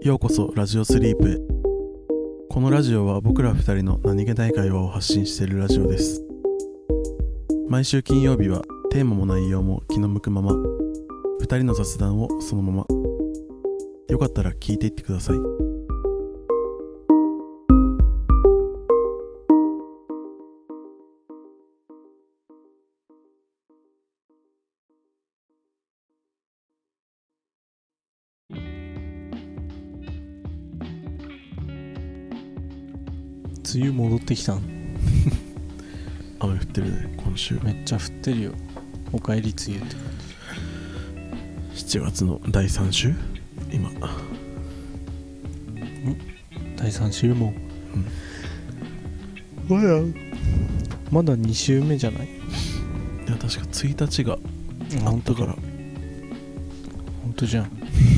ようこそラジオスリープへ。このラジオは僕ら二人の何気ない会話を発信しているラジオです。毎週金曜日はテーマも内容も気の向くまま、二人の雑談をそのまま。よかったら聞いていってください。 梅雨戻ってきたん。 雨降ってるね、今週。 めっちゃ降ってるよ。おかえり梅雨って感じ。 7月の第3週今。 第3週も、まだ2週目じゃない？ いや、確か1日があったから。 本当じゃん。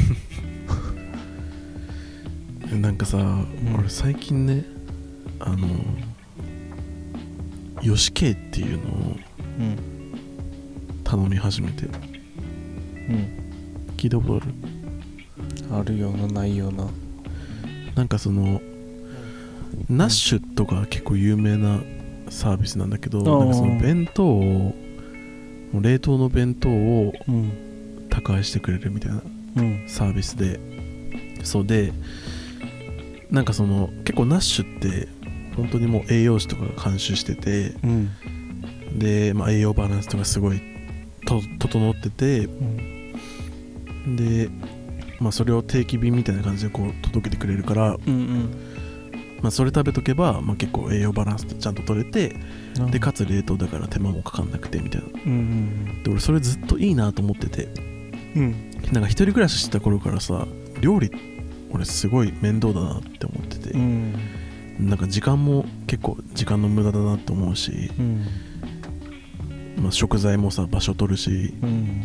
なんかさ、俺最近ね、ヨシケイっていうのを頼み始めて、聞いたことある？ あるようなないような。 なんかその、ナッシュとか結構有名なサービスなんだけど、なんかその弁当を、冷凍の弁当を宅配してくれるみたいなサービスで、そうで、なんかその結構ナッシュって本当にもう栄養士とかが監修してて、で、栄養バランスとかすごい整ってて、で、それを定期便みたいな感じでこう届けてくれるから、それ食べとけば、結構栄養バランスちゃんと取れて、でかつ冷凍だから手間もかかんなくてみたいな、で俺それずっといいなと思ってて、なんか一人暮らししてた頃からさ、料理俺すごい面倒だなって思ってて、なんか時間も結構時間の無駄だなって思うし、食材もさ場所取るし、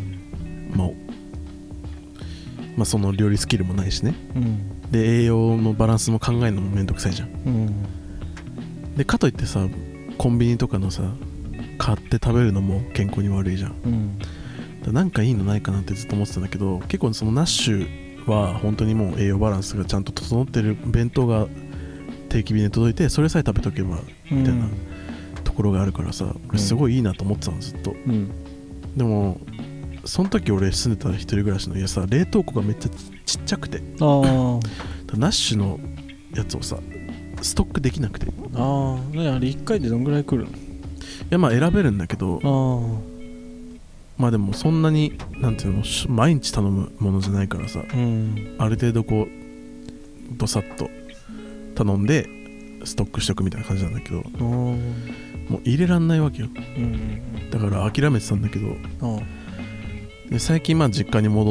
その料理スキルもないしね、で栄養のバランスも考えるのもめんどくさいじゃん、でかといってさコンビニとかのさ買って食べるのも健康に悪いじゃん、なんかいいのないかなってずっと思ってたんだけど、結構そのナッシュは本当にもう栄養バランスがちゃんと整ってる弁当が定期便で届いて、それさえ食べとけばみたいなところがあるからさ、俺すごいいいなと思ってたのずっと、でもその時俺住んでた一人暮らしの家さ、冷凍庫がめっちゃちっちゃくて、ナッシュのやつをさストックできなくて、 ね、あれ1回でどんぐらい来るの？いや選べるんだけど、でもそんなになんていうの、毎日頼むものじゃないからさ、ある程度こうドサッと頼んでストックしとくみたいな感じなんだけど、もう入れらんないわけよ、だから諦めてたんだけど、で最近実家に戻って、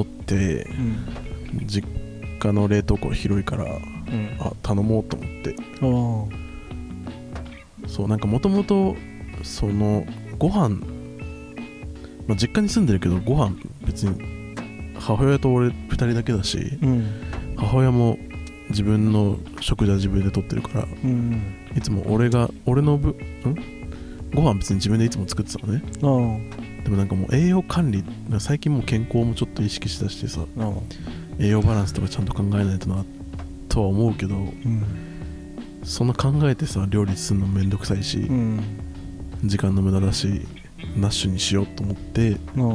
実家の冷凍庫広いから、頼もうと思って、そうなんかもともとそのご飯、実家に住んでるけどご飯別に母親と俺2人だけだし、母親も自分の食事は自分で取ってるから、いつも俺のご飯別に自分でいつも作ってたのね。でもなんかもう栄養管理、最近もう健康もちょっと意識しだしてさ、栄養バランスとかちゃんと考えないとなとは思うけど、そんな考えてさ料理するのめんどくさいし、時間の無駄だし、ナッシュにしようと思って、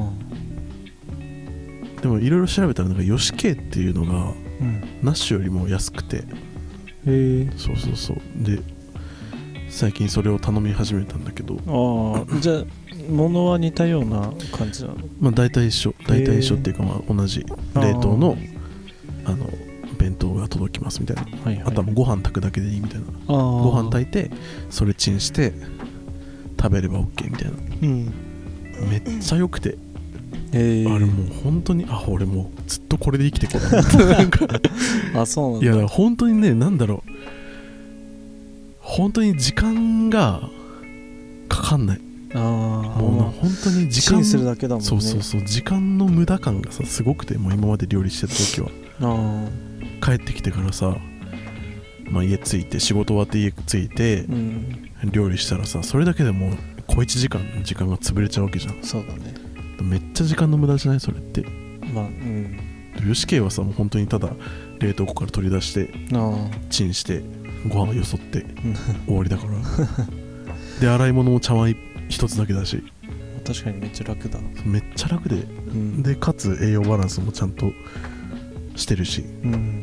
でもいろいろ調べたらなんかヨシケイっていうのが、ナッシュよりも安くて、そうで最近それを頼み始めたんだけど、 じゃあ物は似たような感じなの？ 大体一緒っていうか、同じ冷凍の弁当が届きますみたいな、あとはもうご飯炊くだけでいいみたいな、ご飯炊いてそれチンして食べれば OK みたいな、めっちゃ良くて、あれもう本当に俺もうずっとこれで生きてこうなんかそうなんだ。 いや本当にね、なんだろう、本当に時間がかかんない。もう本当に時間するだけだもんね。 そう時間の無駄感がさすごくて、もう今まで料理してた時は帰ってきてからさ、家着いて仕事終わって家着いて、料理したらさ、それだけでもう小1時間の時間が潰れちゃうわけじゃん。 そうだね。 めっちゃ時間の無駄じゃないそれって。 吉家はさもう本当にただ冷凍庫から取り出してチンしてご飯をよそって終わりだからで洗い物も茶碗一つだけだし、 確かにめっちゃ楽だ。 めっちゃ楽で、でかつ栄養バランスもちゃんとしてるし、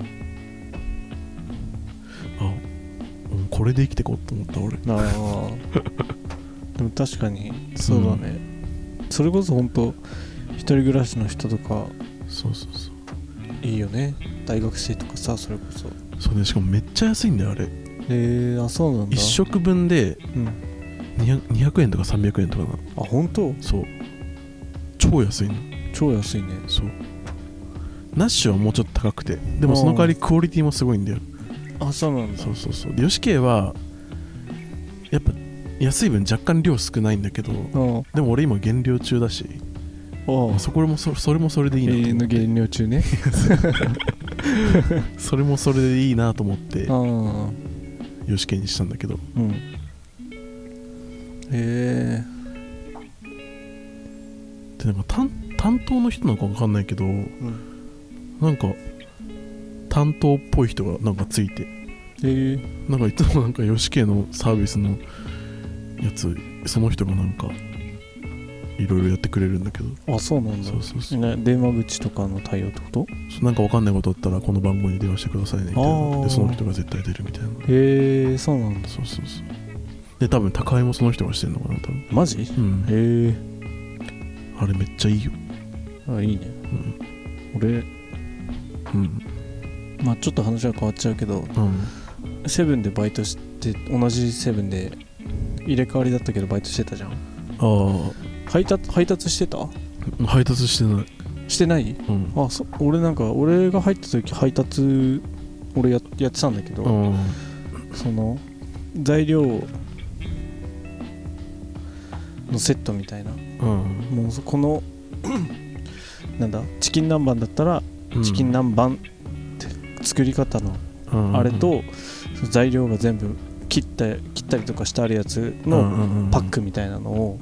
これで生きてこうと思った俺。 でも確かにそうだね、それこそ本当一人暮らしの人とかそういいよね。大学生とかさ、それこそそうね。しかもめっちゃ安いんだよあれ。 あ、そうなんだ。 1食分で200円とか300円とかな。 あ、本当？ そう、超安いの。 超安いね。 そう、ナッシュはもうちょっと高くて、でもその代わりクオリティもすごいんだよ。 あ、そうなんだ。 そうで吉家はやっぱ安い分若干量少ないんだけど、でも俺今減量中だし、それもそれでいいなと思って。 減量中ねそれもそれでいいなと思って吉家にしたんだけど、でなんか担当の人なのか分かんないけど、なんか担当っぽい人がなんかついて、なんかいつもなんか吉家のサービスのやつその人がなんかいろいろやってくれるんだけど。 あ、そうなんだ。そう電話口とかの対応ってこと？ なんか分かんないことあったらこの番号に電話してくださいねみたいな。でその人が絶対出るみたいな。 へえ、そうなんだ。 そうで多分宅配もその人がしてるのかな多分。 マジ？へえ。 あれめっちゃいいよ。 あ、いいね。俺まあちょっと話は変わっちゃうけど、セブンでバイトして、同じセブンで入れ替わりだったけどバイトしてたじゃん。配達してた？ 配達してない。 してない？俺が入った時配達俺やってたんだけど、その材料のセットみたいな、もうこのなんだ、チキン南蛮だったらチキン南蛮って作り方のあれと材料が全部切ったりとかしてあるやつのパックみたいなのを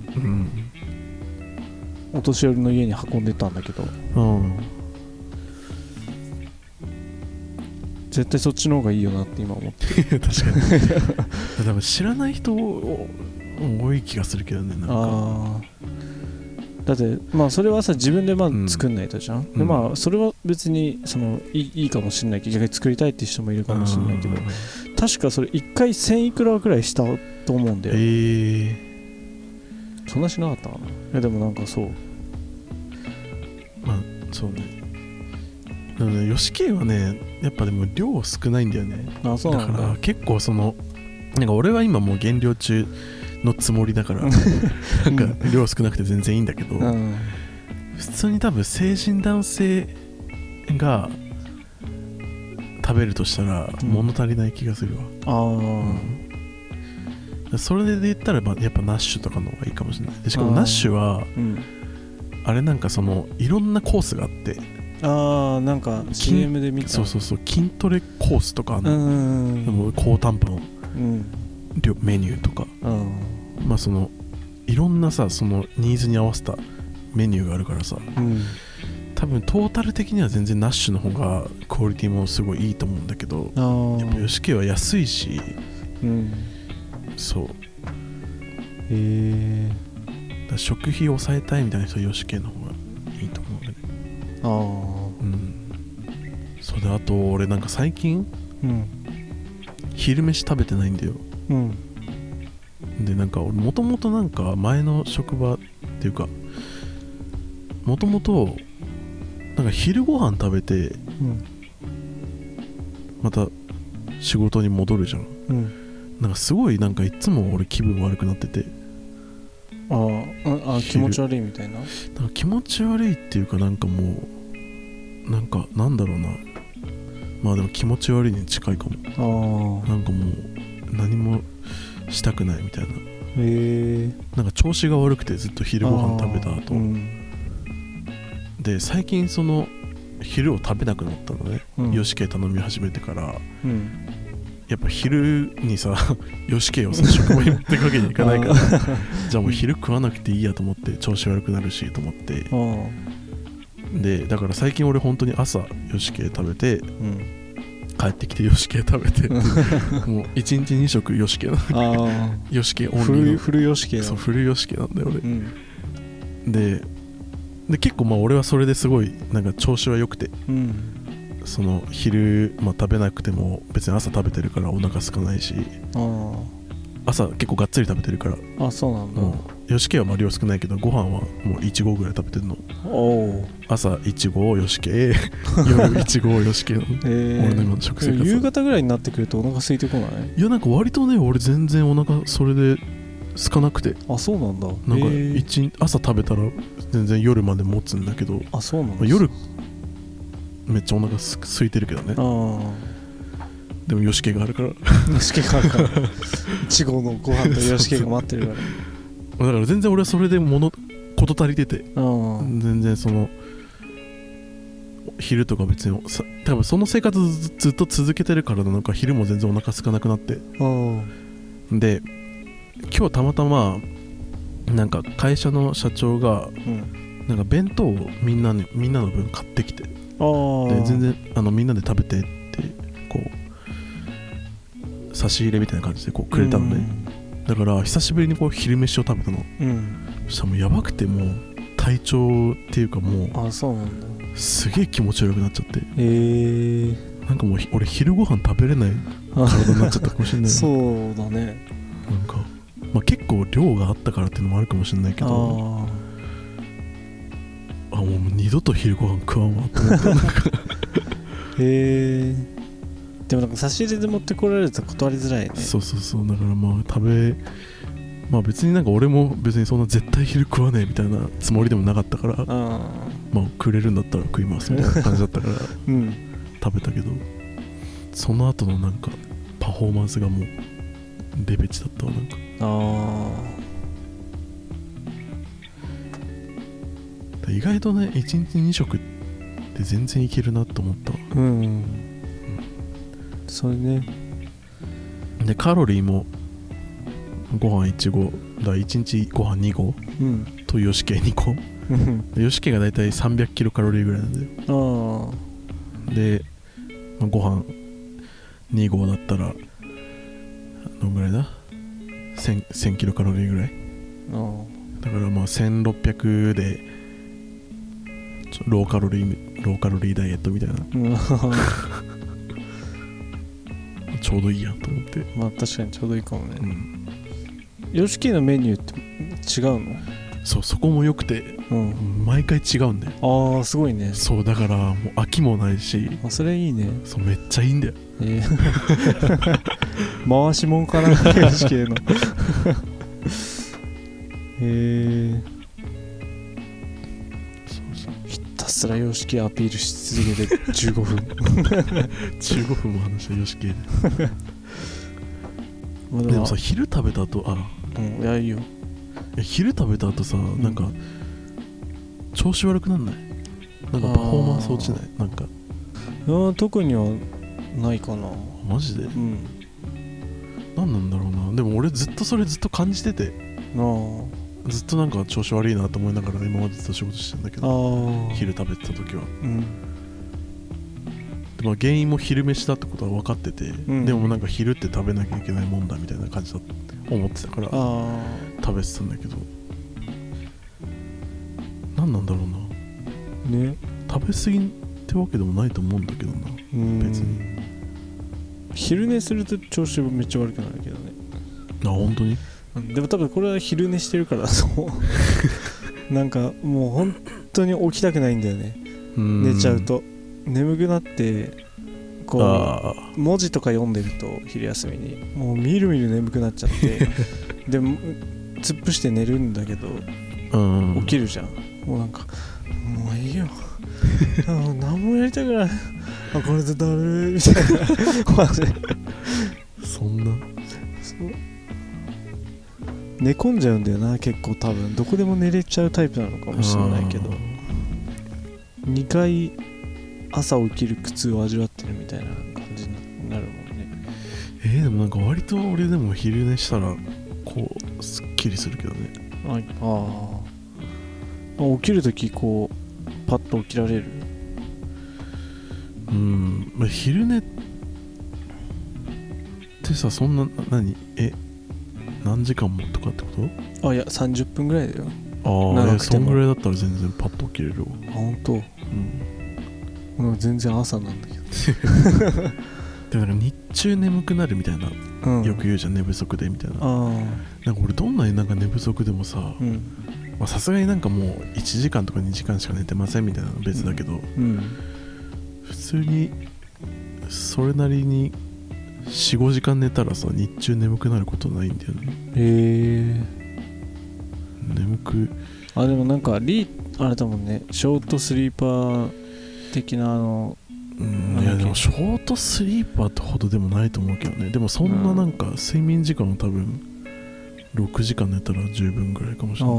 お年寄りの家に運んでたんだけど、絶対そっちの方がいいよなって今思って確かに多分知らない人多い気がするけどね。なんかだってまあそれはさ自分で作んないとじゃん、でまあそれは別にいいかもしれないけど、逆に作りたいっていう人もいるかもしれないけど、確かそれ1回1000いくらくらいしたと思うんだよ。そんなしなかったかな。でもなんかそうそうね。でもね吉家はねやっぱでも量少ないんだよね。 そうなんだ。 だから結構なんか俺は今もう減量中のつもりだからなんか量少なくて全然いいんだけど、普通に多分成人男性が食べるとしたら物足りない気がするわ。それで言ったらやっぱナッシュとかの方がいいかもしれない。でしかもナッシュはあれなんかいろんなコースがあって、 なんか CM で見た。 そう筋トレコースとか高タンパのメニューとか、まあいろんなさニーズに合わせたメニューがあるからさ、多分トータル的には全然ナッシュの方がクオリティもすごいいいと思うんだけど、やっぱ吉家は安いし、そうだ食費を抑えたいみたいな人は吉家の方がいいと思うんだね。そうで、あと俺なんか最近、昼飯食べてないんだよ。でなんか俺もともとなんか前の職場っていうかもともとなんか昼ご飯食べて、また仕事に戻るじゃん。なんかすごいなんかいつも俺気分悪くなってて、 気持ち悪いみたいな。 なんか気持ち悪いっていうかなんかもうなんだろうな、まあでも気持ち悪いに近いかも。なんかもう何もしたくないみたいな。なんか調子が悪くてずっと昼ご飯食べた後、で最近昼を食べなくなったのね、吉家頼み始めてから、やっぱ昼にさ吉家を職場に持っていくわけにいかないからじゃあもう昼食わなくていいやと思って、調子悪くなるしと思ってでだから最近俺本当に朝ヨシケ食べて、帰ってきてヨシケ食べてもう1日2食ヨシケなヨシケオンリーのフルヨシケ。 そうフルヨシケなんだよ俺、で結構俺はそれですごいなんか調子は良くて、その昼、食べなくても別に朝食べてるからお腹空かないし、朝結構がっつり食べてるから。 あ、そうなんだ。 ヨシケは量少ないけどご飯はもう1合ぐらい食べてるの。朝1合ヨシケ夜1合ヨシケの、俺の今の食生活。 夕方ぐらいになってくるとお腹空いてこない？ いやなんか割とね俺全然お腹それで空かなくて。 あ、そうなんだ。 なんか朝食べたら全然夜まで持つんだけど。 あ、そうなんだ。 夜めっちゃお腹空いてるけどね。でもヨシケがあるから。 ヨシケがあるから1合のご飯とヨシケが待ってるからだから全然俺はそれで事足りてて、全然その昼とか別に多分その生活ずっと続けてるからなのか昼も全然お腹空かなくなって、で今日たまたまなんか会社の社長がなんか弁当をみんなの分買ってきて、で全然みんなで食べてってこう差し入れみたいな感じでこうくれたのね、だから久しぶりにこう昼飯を食べたの、そしたらもうやばくてもう体調っていうかもうそうなんだ、 すげえ気持ち悪くなっちゃって、なんかもう俺昼ご飯食べれない体になっちゃったかもしれないそうだね、 なんか、結構量があったからっていうのもあるかもしれないけど、もう二度と昼ご飯食わんわって思ったでもなんか差し入れで持ってこられると断りづらいね。 そうだから別になんか俺も別にそんな絶対昼食わねえみたいなつもりでもなかったから、くれるんだったら食いますみたいな感じだったから、食べたけど、その後のなんかパフォーマンスがもうレベチだったわ。なんか意外とね1日2食って全然いけるなと思ったわ。 それね。 でカロリーもご飯1合だ、1日ご飯2合、とヨシケ2個ヨシケがだいたい300キロカロリーぐらいなんだよ。で、ご飯2合だったらどんぐらいだ、1000キロカロリーぐらいだから1600でローカロリーダイエットみたいなちょうどいいやと思って。 確かにちょうどいいかもね。ヨシケのメニューって違うの？ そこも良くて、毎回違うんだよ。 すごいね。 そうだからもう飽きもないし、 それいいね。 そうめっちゃいいんだよ。 回しもんかなヨシケのひたすらヨシケアピールし続けて15分 15分も話したヨシケででもさ昼食べた後いやいいよ。 昼食べた後さ、なんか調子悪くなんない？なんかパフォーマンス落ちない？なんか特にはないかな。 マジで？何なんだろうな。でも俺ずっと感じてて、ずっとなんか調子悪いなと思いながら今までずっと仕事してるんだけど、昼食べてた時は、で原因も昼飯だってことは分かってて、でもなんか昼って食べなきゃいけないもんだみたいな感じだと思ってたから食べてたんだけど、何なんだろうな、ね、食べ過ぎってわけでもないと思うんだけどな。別に昼寝すると調子めっちゃ悪くなるけどね。 本当に？ でも多分これは昼寝してるからそうなんかもう本当に起きたくないんだよね。寝ちゃうと眠くなってこう文字とか読んでると昼休みにもうみるみる眠くなっちゃってでも突っ伏して寝るんだけど起きるじゃん。もうなんかもういいよ何もやりたくない、これでだるいみたいなマジそんな寝込んじゃうんだよな。結構多分どこでも寝れちゃうタイプなのかもしれないけど、2回朝起きる苦痛を味わってるみたいな感じになるもんね。 でもなんか割と俺でも昼寝したらこうすっきりするけどね。 起きるときこうパッと起きられる？ 昼寝ってさ、そんな何時間もとかってこと？いや30分ぐらいだよ。 そんぐらいだったら全然パッと起きれるわ。 本当？俺は全然朝なんだけどでもなんか日中眠くなるみたいな、よく言うじゃん、寝不足でみたいな。なんか俺どんなになんか寝不足でもさ、さすがになんかもう1時間とか2時間しか寝てませんみたいなの別だけど、普通にそれなりに 4,5 時間寝たらさ、日中眠くなることないんだよね。眠くでもなんかあれだもんね、ショートスリーパー的ないやでもショートスリーパーってほどでもないと思うけどね。でもそんななんか睡眠時間は多分6時間寝たら十分ぐらいかもしれない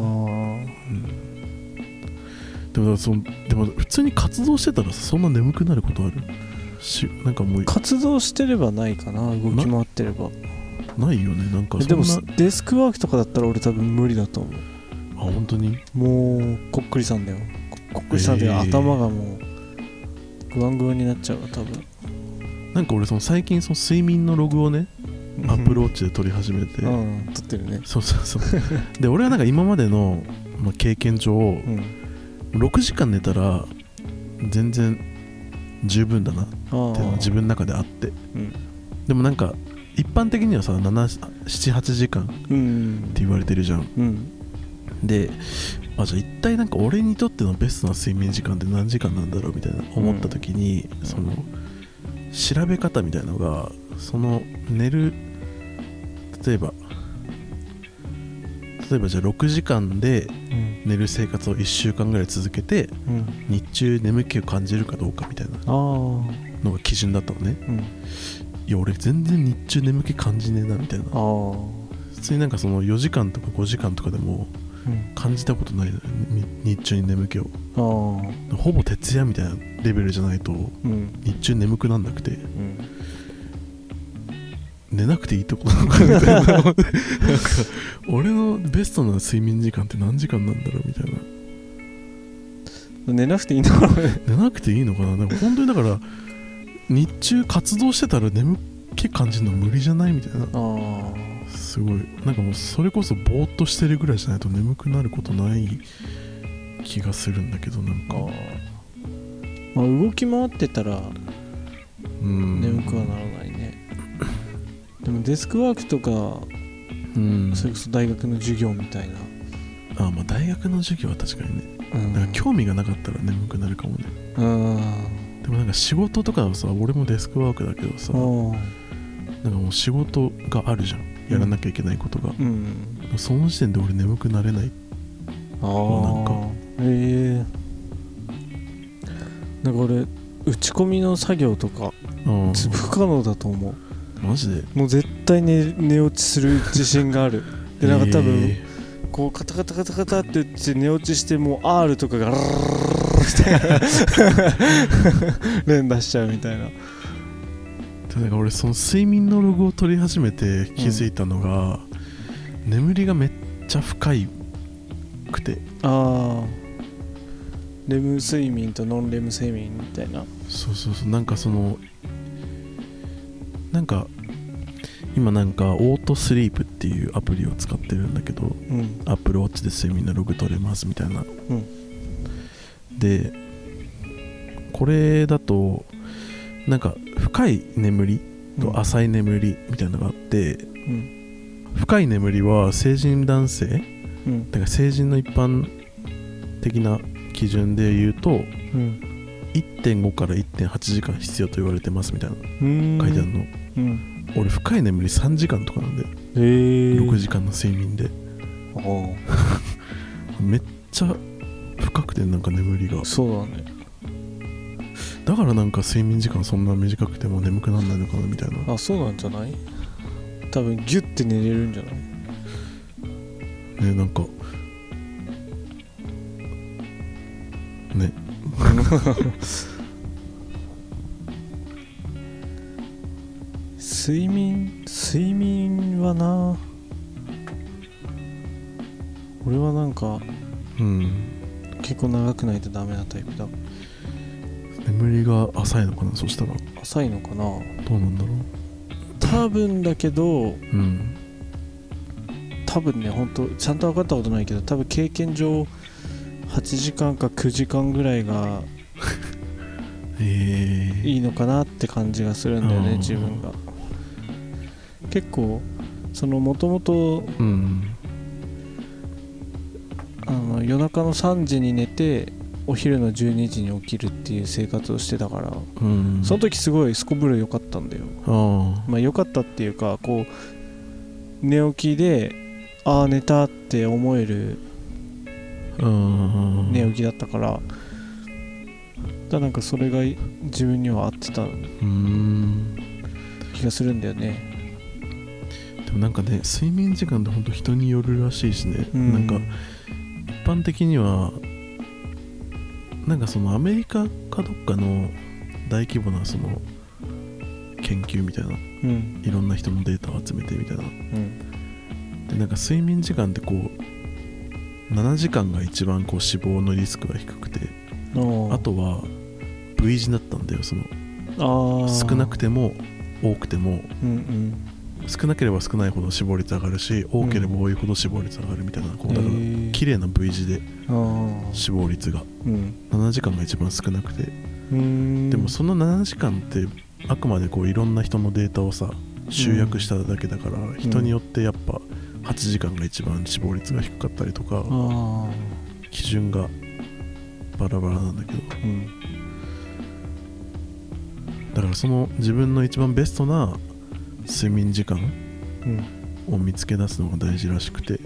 。でも普通に活動してたらさ、そんな眠くなることある？なんかもう活動してればないかな、動き回ってればないよね。なんかそんなでもデスクワークとかだったら俺多分無理だと思う。 本当に？ もうこっくりさんだよ。こっくりさんで頭がもうグワングワンになっちゃうわ多分。 なんか俺最近睡眠のログをねアップルウォッチで撮り始めて、 撮ってるね。 そうで俺はなんか今までの、経験上、6時間寝たら全然十分だなっていうのが自分の中であって、でもなんか一般的にはさ 7,8 時間って言われてるじゃん。でじゃあ一体なんか俺にとってのベストな睡眠時間って何時間なんだろうみたいな思った時に、その調べ方みたいなのが、その寝る例えばじゃあ6時間で寝る生活を1週間ぐらい続けて、日中眠気を感じるかどうかみたいなのが基準だったのね。いや俺全然日中眠気感じねえなみたいな。普通になんかその4時間とか5時間とかでも感じたことない、日中に眠気を。ほぼ徹夜みたいなレベルじゃないと日中眠くなんなくて、寝なくていいとこなのかみたいななんか俺のベストな睡眠時間って何時間なんだろうみたいな。 寝なくていいのかな寝なくていいのかな。なんか本当にだから日中活動してたら眠気感じるの無理じゃないみたいな。すごいなんかもうそれこそぼーっとしてるぐらいじゃないと眠くなることない気がするんだけど、なんか動き回ってたら眠くはならないね。でもデスクワークとか、それこそ大学の授業みたいな。 大学の授業は確かにね、なんか興味がなかったら眠くなるかもね。でもなんか仕事とかはさ、俺もデスクワークだけどさ、なんかもう仕事があるじゃん、やらなきゃいけないことが、その時点で俺眠くなれない。なんかなんか俺打ち込みの作業とか不可能だと思う。 マジで？もう絶対寝落ちする自信がある。でなんか多分こうカタカタカタカタって言って寝落ちして、もう R とかがラーって連打しちゃうみたいな。 なんか俺その睡眠のログを取り始めて気づいたのが、眠りがめっちゃ深くて、 レム睡眠とノンレム睡眠みたいな。 そうなんかそのなんか今なんかオートスリープっていうアプリを使ってるんだけど、アップルウォッチで睡眠のログ取れますみたいな、でこれだとなんか深い眠りと浅い眠りみたいなのがあって、深い眠りは成人男性、だから成人の一般的な基準で言うと、1.5 から 1.8 時間必要と言われてますみたいな書いてあるの。俺深い眠り3時間とかなんで、6時間の睡眠でめっちゃ深くて、なんか眠りが。 そうだね。 だからなんか睡眠時間そんな短くても眠くならないのかなみたいな。 そうなんじゃない？多分ギュッて寝れるんじゃない？ ね、なんかね睡眠はな、俺はなんか、 結構長くないとダメなタイプだ。 眠りが浅いのかな、そしたら。 浅いのかな、どうなんだろう。 多分だけど、多分ね、ほんとちゃんと分かったことないけど、多分経験上8時間か9時間ぐらいがいいのかなって感じがするんだよね、自分が。結構そのもともと夜中の3時に寝てお昼の12時に起きるっていう生活をしてたから、その時すごいすこぶる良かったんだよ。まあ良かったっていうか、こう寝起きでああ寝たって思える寝起きだったから、なんかそれが自分には合ってた気がするんだよね。 でもなんかね、睡眠時間って本当人によるらしいしね、なんか一般的にはなんかそのアメリカかどっかの大規模なその研究みたいな、いろんな人のデータを集めてみたいな、でなんか睡眠時間ってこう7時間が一番こう死亡のリスクが低くて、あとは V 字だったんだよ。その少なくても多くても、少なければ少ないほど死亡率上がるし、多ければ多いほど死亡率上がるみたいな、こうだから綺麗な V 字で死亡率が、7時間が一番少なくて、でもその7時間ってあくまでこういろんな人のデータをさ集約しただけだから、人によってやっぱ8時間が一番死亡率が低かったりとか、基準がバラバラなんだけど、だからその自分の一番ベストな睡眠時間を見つけ出すのが大事らしくて、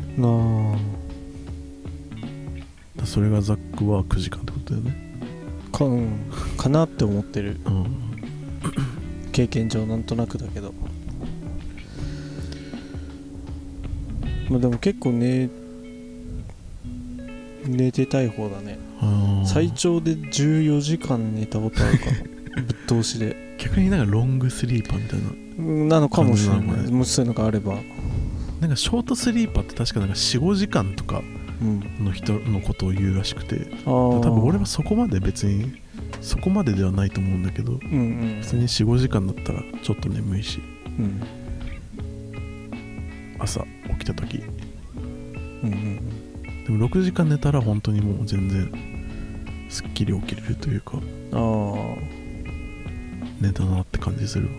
それがザックは9時間ってことだよね。 かなって思ってる、経験上なんとなくだけど、まあでも結構寝てたい方だね。最長で14時間寝たことあるかもぶっ通しで。 逆になんかロングスリーパーみたいなのかもしれない。もしそういうのがあれば。 なんかショートスリーパーって確かなんか 4,5 時間とかの人のことを言うらしくて、多分俺はそこまで別にそこまでではないと思うんだけど、普通に 4,5 時間だったらちょっと眠いし、朝起きた時、でも6時間寝たら本当にもう全然すっきり起きれるというか、寝たなって感じするわ。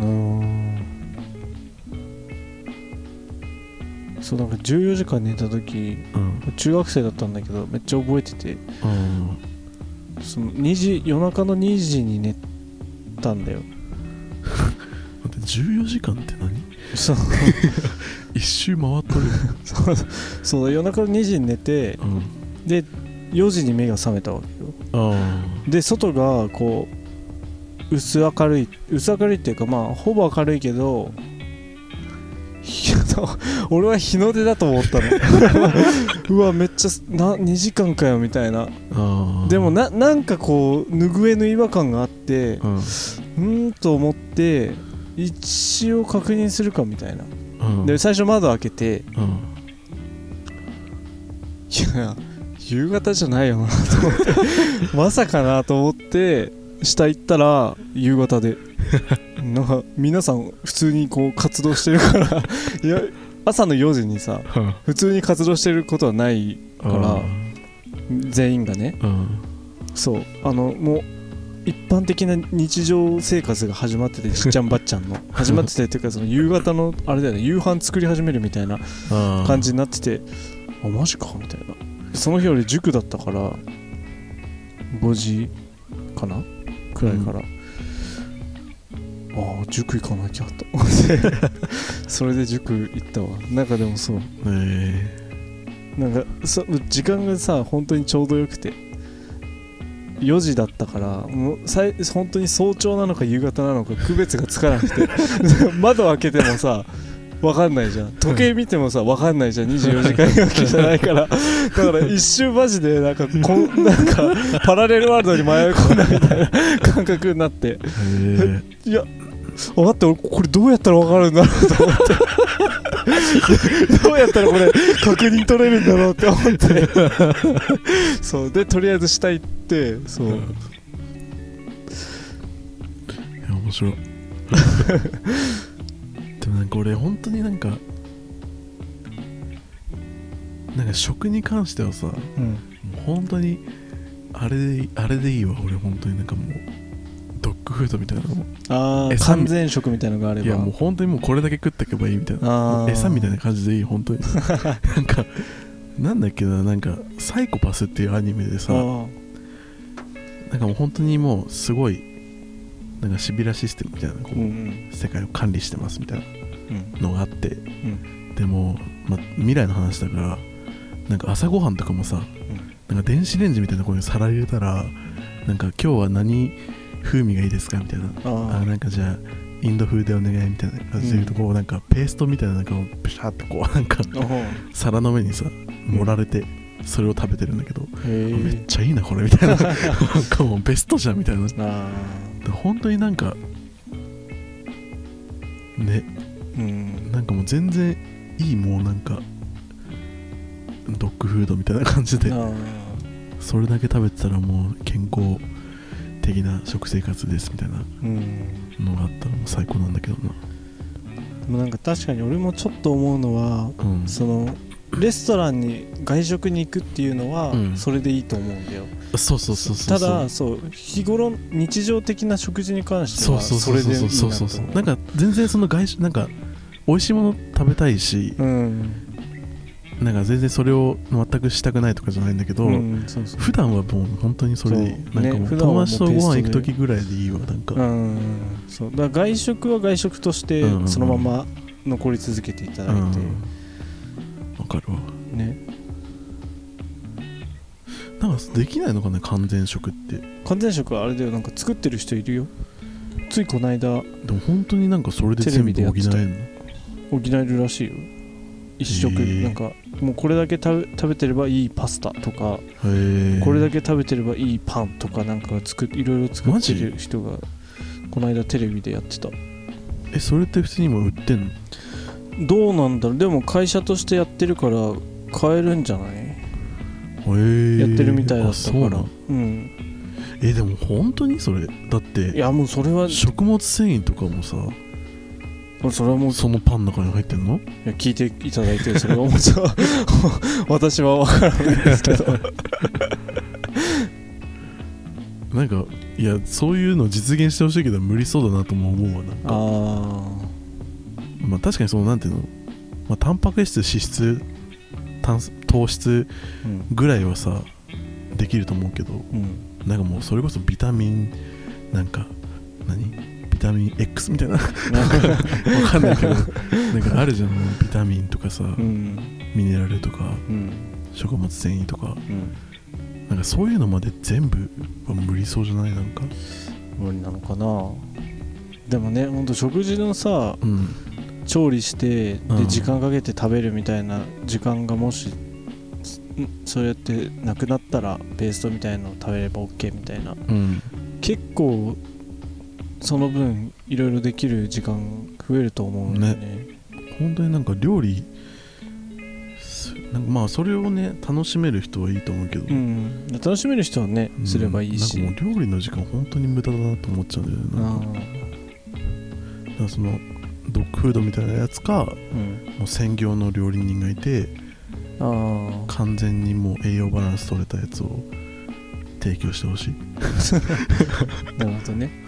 そうなんか14時間寝た時、中学生だったんだけどめっちゃ覚えてて、その夜中の2時に寝たんだよ。 待って、14時間って何？ そう一周回っとる。 そう夜中の2時に寝て、で4時に目が覚めたわけよ。で外がこう薄明るいっていうか、まあほぼ明るいけど、俺は日の出だと思ったの。うわめっちゃ2時間かよみたいな。でもなんかこう拭えぬ違和感があって、と思って一応確認するかみたいな、で最初窓開けて、いや夕方じゃないよなと思ってまさかなと思って下行ったら夕方でなんか皆さん普通にこう活動してるからいや朝の4時にさ普通に活動してることはないから全員がね、そうもう一般的な日常生活が始まってて、じっちゃんばっちゃんの始まっててっていうか、その夕方のあれだよね、夕飯作り始めるみたいな感じになってて、あマジかみたいな。その日俺塾だったから5時かなくらいから、塾行かなきゃと思ってそれで塾行ったわ。なんかでもそう、なんか時間がさ本当にちょうどよくて、4時だったからもう本当に早朝なのか夕方なのか区別がつかなくて窓開けてもさ分かんないじゃん、時計見てもさ分かんないじゃん、24時間わけじゃないからだから一瞬マジでなんかパラレルワールドに迷い込んだみたいな感覚になって、いや待って、俺これどうやったら分かるんだろうと思ってどうやったらこれ確認取れるんだろうって思ってそうでとりあえず下行ってそう、いや面白いでもなんか俺本当になんか食に関してはさ、もう本当にあれでいいわ。俺本当になんかもうドッグフードみたいなの完全食みたいなのがあれば、 いやもう本当にもうこれだけ食っていけばいいみたいな、餌みたいな感じでいい本当になんかなんだっけな、なんかサイコパスっていうアニメでさ、なんかもう本当にもうすごいなんかシビラシステムみたいなこう、世界を管理してますみたいなのがあって、でも、未来の話だからなんか朝ごはんとかもさ、なんか電子レンジみたいなこういう皿入れたらなんか今日は何風味がいいですかみたいな、なんかじゃあインド風でお願いみたいな感じで言うとこうなんかペーストみたいななんかプシャーってこうなんか皿の上にさ盛られてそれを食べてるんだけど、めっちゃいいなこれみたいななんかもうベストじゃんみたいな。本当になんかね、なんかもう全然いい、もうなんかドッグフードみたいな感じでそれだけ食べてたらもう健康的な食生活ですみたいなのがあったらもう最高なんだけどな。 でもなんか確かに俺もちょっと思うのは、そのレストランに外食に行くっていうのはそれでいいと思うんだよ。 そうそうそうそう。 ただそう日頃日常的な食事に関してはそれでいいなと思う。 なんか全然その外食なんか美味しいもの食べたいし、なんか全然それを全くしたくないとかじゃないんだけど、普段はもう本当にそれでいい。なんかもう友達とご飯行く時ぐらいでいいわ。なんかそうだから外食は外食としてそのまま残り続けていただいて、 わかるわね。 なんかできないのかね完全食って。 完全食はあれだよ、なんか作ってる人いるよ。ついこの間でも本当になんかそれで全部補えるの？ 補えるらしいよ。一食なんかもうこれだけ食べてればいいパスタとか、これだけ食べてればいいパンとかなんかいろいろ作ってる人がこの間テレビでやってた。 それって普通にも売ってんの？ どうなんだろう。でも会社としてやってるから買えるんじゃない？やってるみたいだったから。でも本当にそれだって、いやもうそれは食物繊維とかもさ、 それはもうそのパンの中に入ってんの？いや聞いていただいてそれはもう私は分からないですけどなんかいやそういうの実現してほしいけど無理そうだなとも思うわ。なんか確かにそのなんていうの、タンパク質、脂質、糖質ぐらいはさ、できると思うけど、なんかもうそれこそビタミンなんかビタミン X みたいなわかんないけどなんかあるじゃん。ビタミンとかさ、ミネラルとか、食物繊維とか、なんかそういうのまで全部は無理そうじゃない？なんか無理なのかな。でもねほんと食事のさ、調理してで時間かけて食べるみたいな時間がもしそうやってなくなったらペーストみたいなのを食べれば OK みたいな、結構その分いろいろできる時間増えると思うんだよね。 本当になんか料理なんかそれをね楽しめる人はいいと思うけど、 楽しめる人はね、すればいいし、 なんかもう料理の時間本当に無駄だなと思っちゃうんだよね。だからそのドッグフードみたいなやつか、もう専業の料理人がいて完全にもう栄養バランス取れたやつを提供してほしいなるほどね。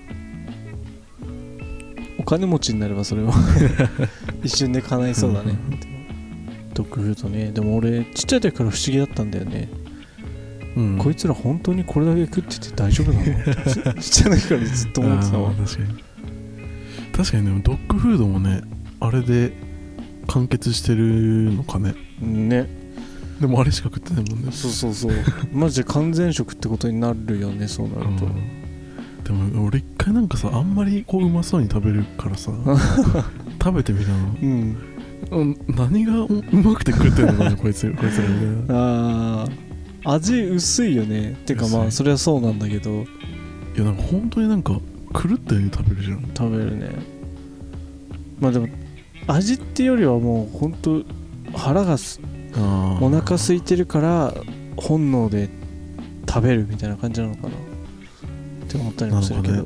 お金持ちになればそれは一瞬で叶いそうだね。ドッグフードね。でも俺ちっちゃい時から不思議だったんだよね。こいつら本当にこれだけ食ってて大丈夫なの？ちっちゃい時からずっと思ってたわ。 確かにでもドッグフードもねあれで完結してるのかね。でもあれしか食ってないもんね。 そうマジで完全食ってことになるよね、そうなると。 でも俺一回なんかさあんまりこううまそうに食べるからさ食べてみたの。何がうまくて食ってんのかなこいつらみたいな。 味薄いよね。てかそれはそうなんだけど、いやなんか本当になんか狂ったように食べるじゃん。 食べるね。でも味ってよりはもうほんと腹がお腹空いてるから本能で食べるみたいな感じなのかなって思ったりもするけど、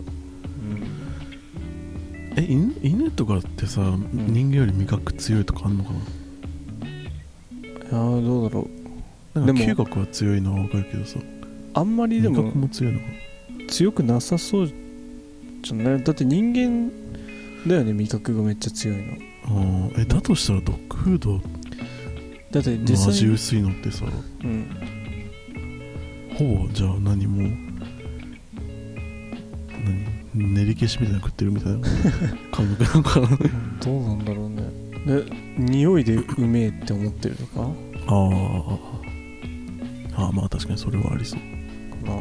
犬とかってさ、人間より味覚強いとかあんのかな。 どうだろう。なんか嗅覚は強いのは分かるけどさ、 あんまりでも味覚も強いのか強くなさそうじゃない。だって人間だよね、味覚がめっちゃ強いの。 だとしたらドッグフードだって実際味薄いのってさ、ほぼじゃあ何も練り消しみたいなの食ってるみたいな感覚なのかな。 どうなんだろうね。で匂いでうめえって思ってるのか。 まあ確かにそれはありそうかな。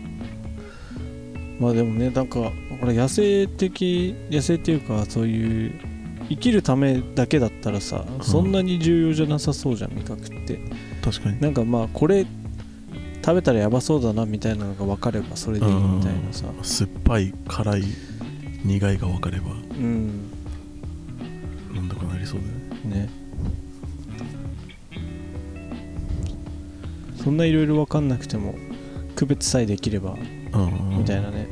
まあでもね、なんかこれ野生っていうか、そういう生きるためだけだったらさ、そんなに重要じゃなさそうじゃん、味覚って。 確かに。 なんかまあこれ食べたらやばそうだなみたいなのが分かればそれでいいみたいなさ、 酸っぱい辛い苦いが分かればなんだかなりそうだよね。 そんないろいろ分かんなくても区別さえできればみたいなね。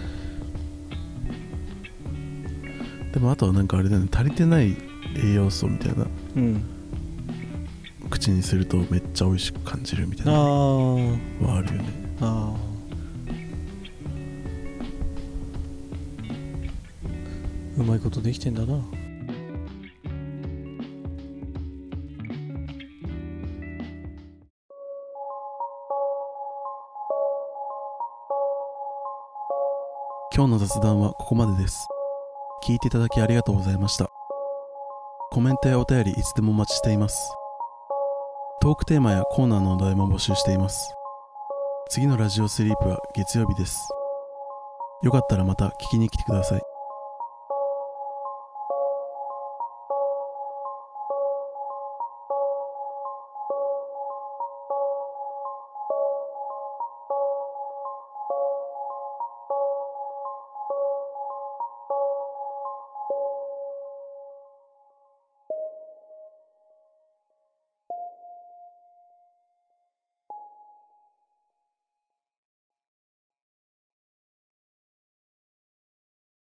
でもあとはなんかあれだよね、足りてない栄養素みたいな、口にするとめっちゃ美味しく感じるみたいなはあるよね。うまいことできてんだな。 今日の雑談はここまでです。聞いていただきありがとうございました。コメントやお便りいつでもお待ちしています。トークテーマやコーナーのお題も募集しています。次のラジオスリープは月曜日です。よかったらまた聞きに来てください。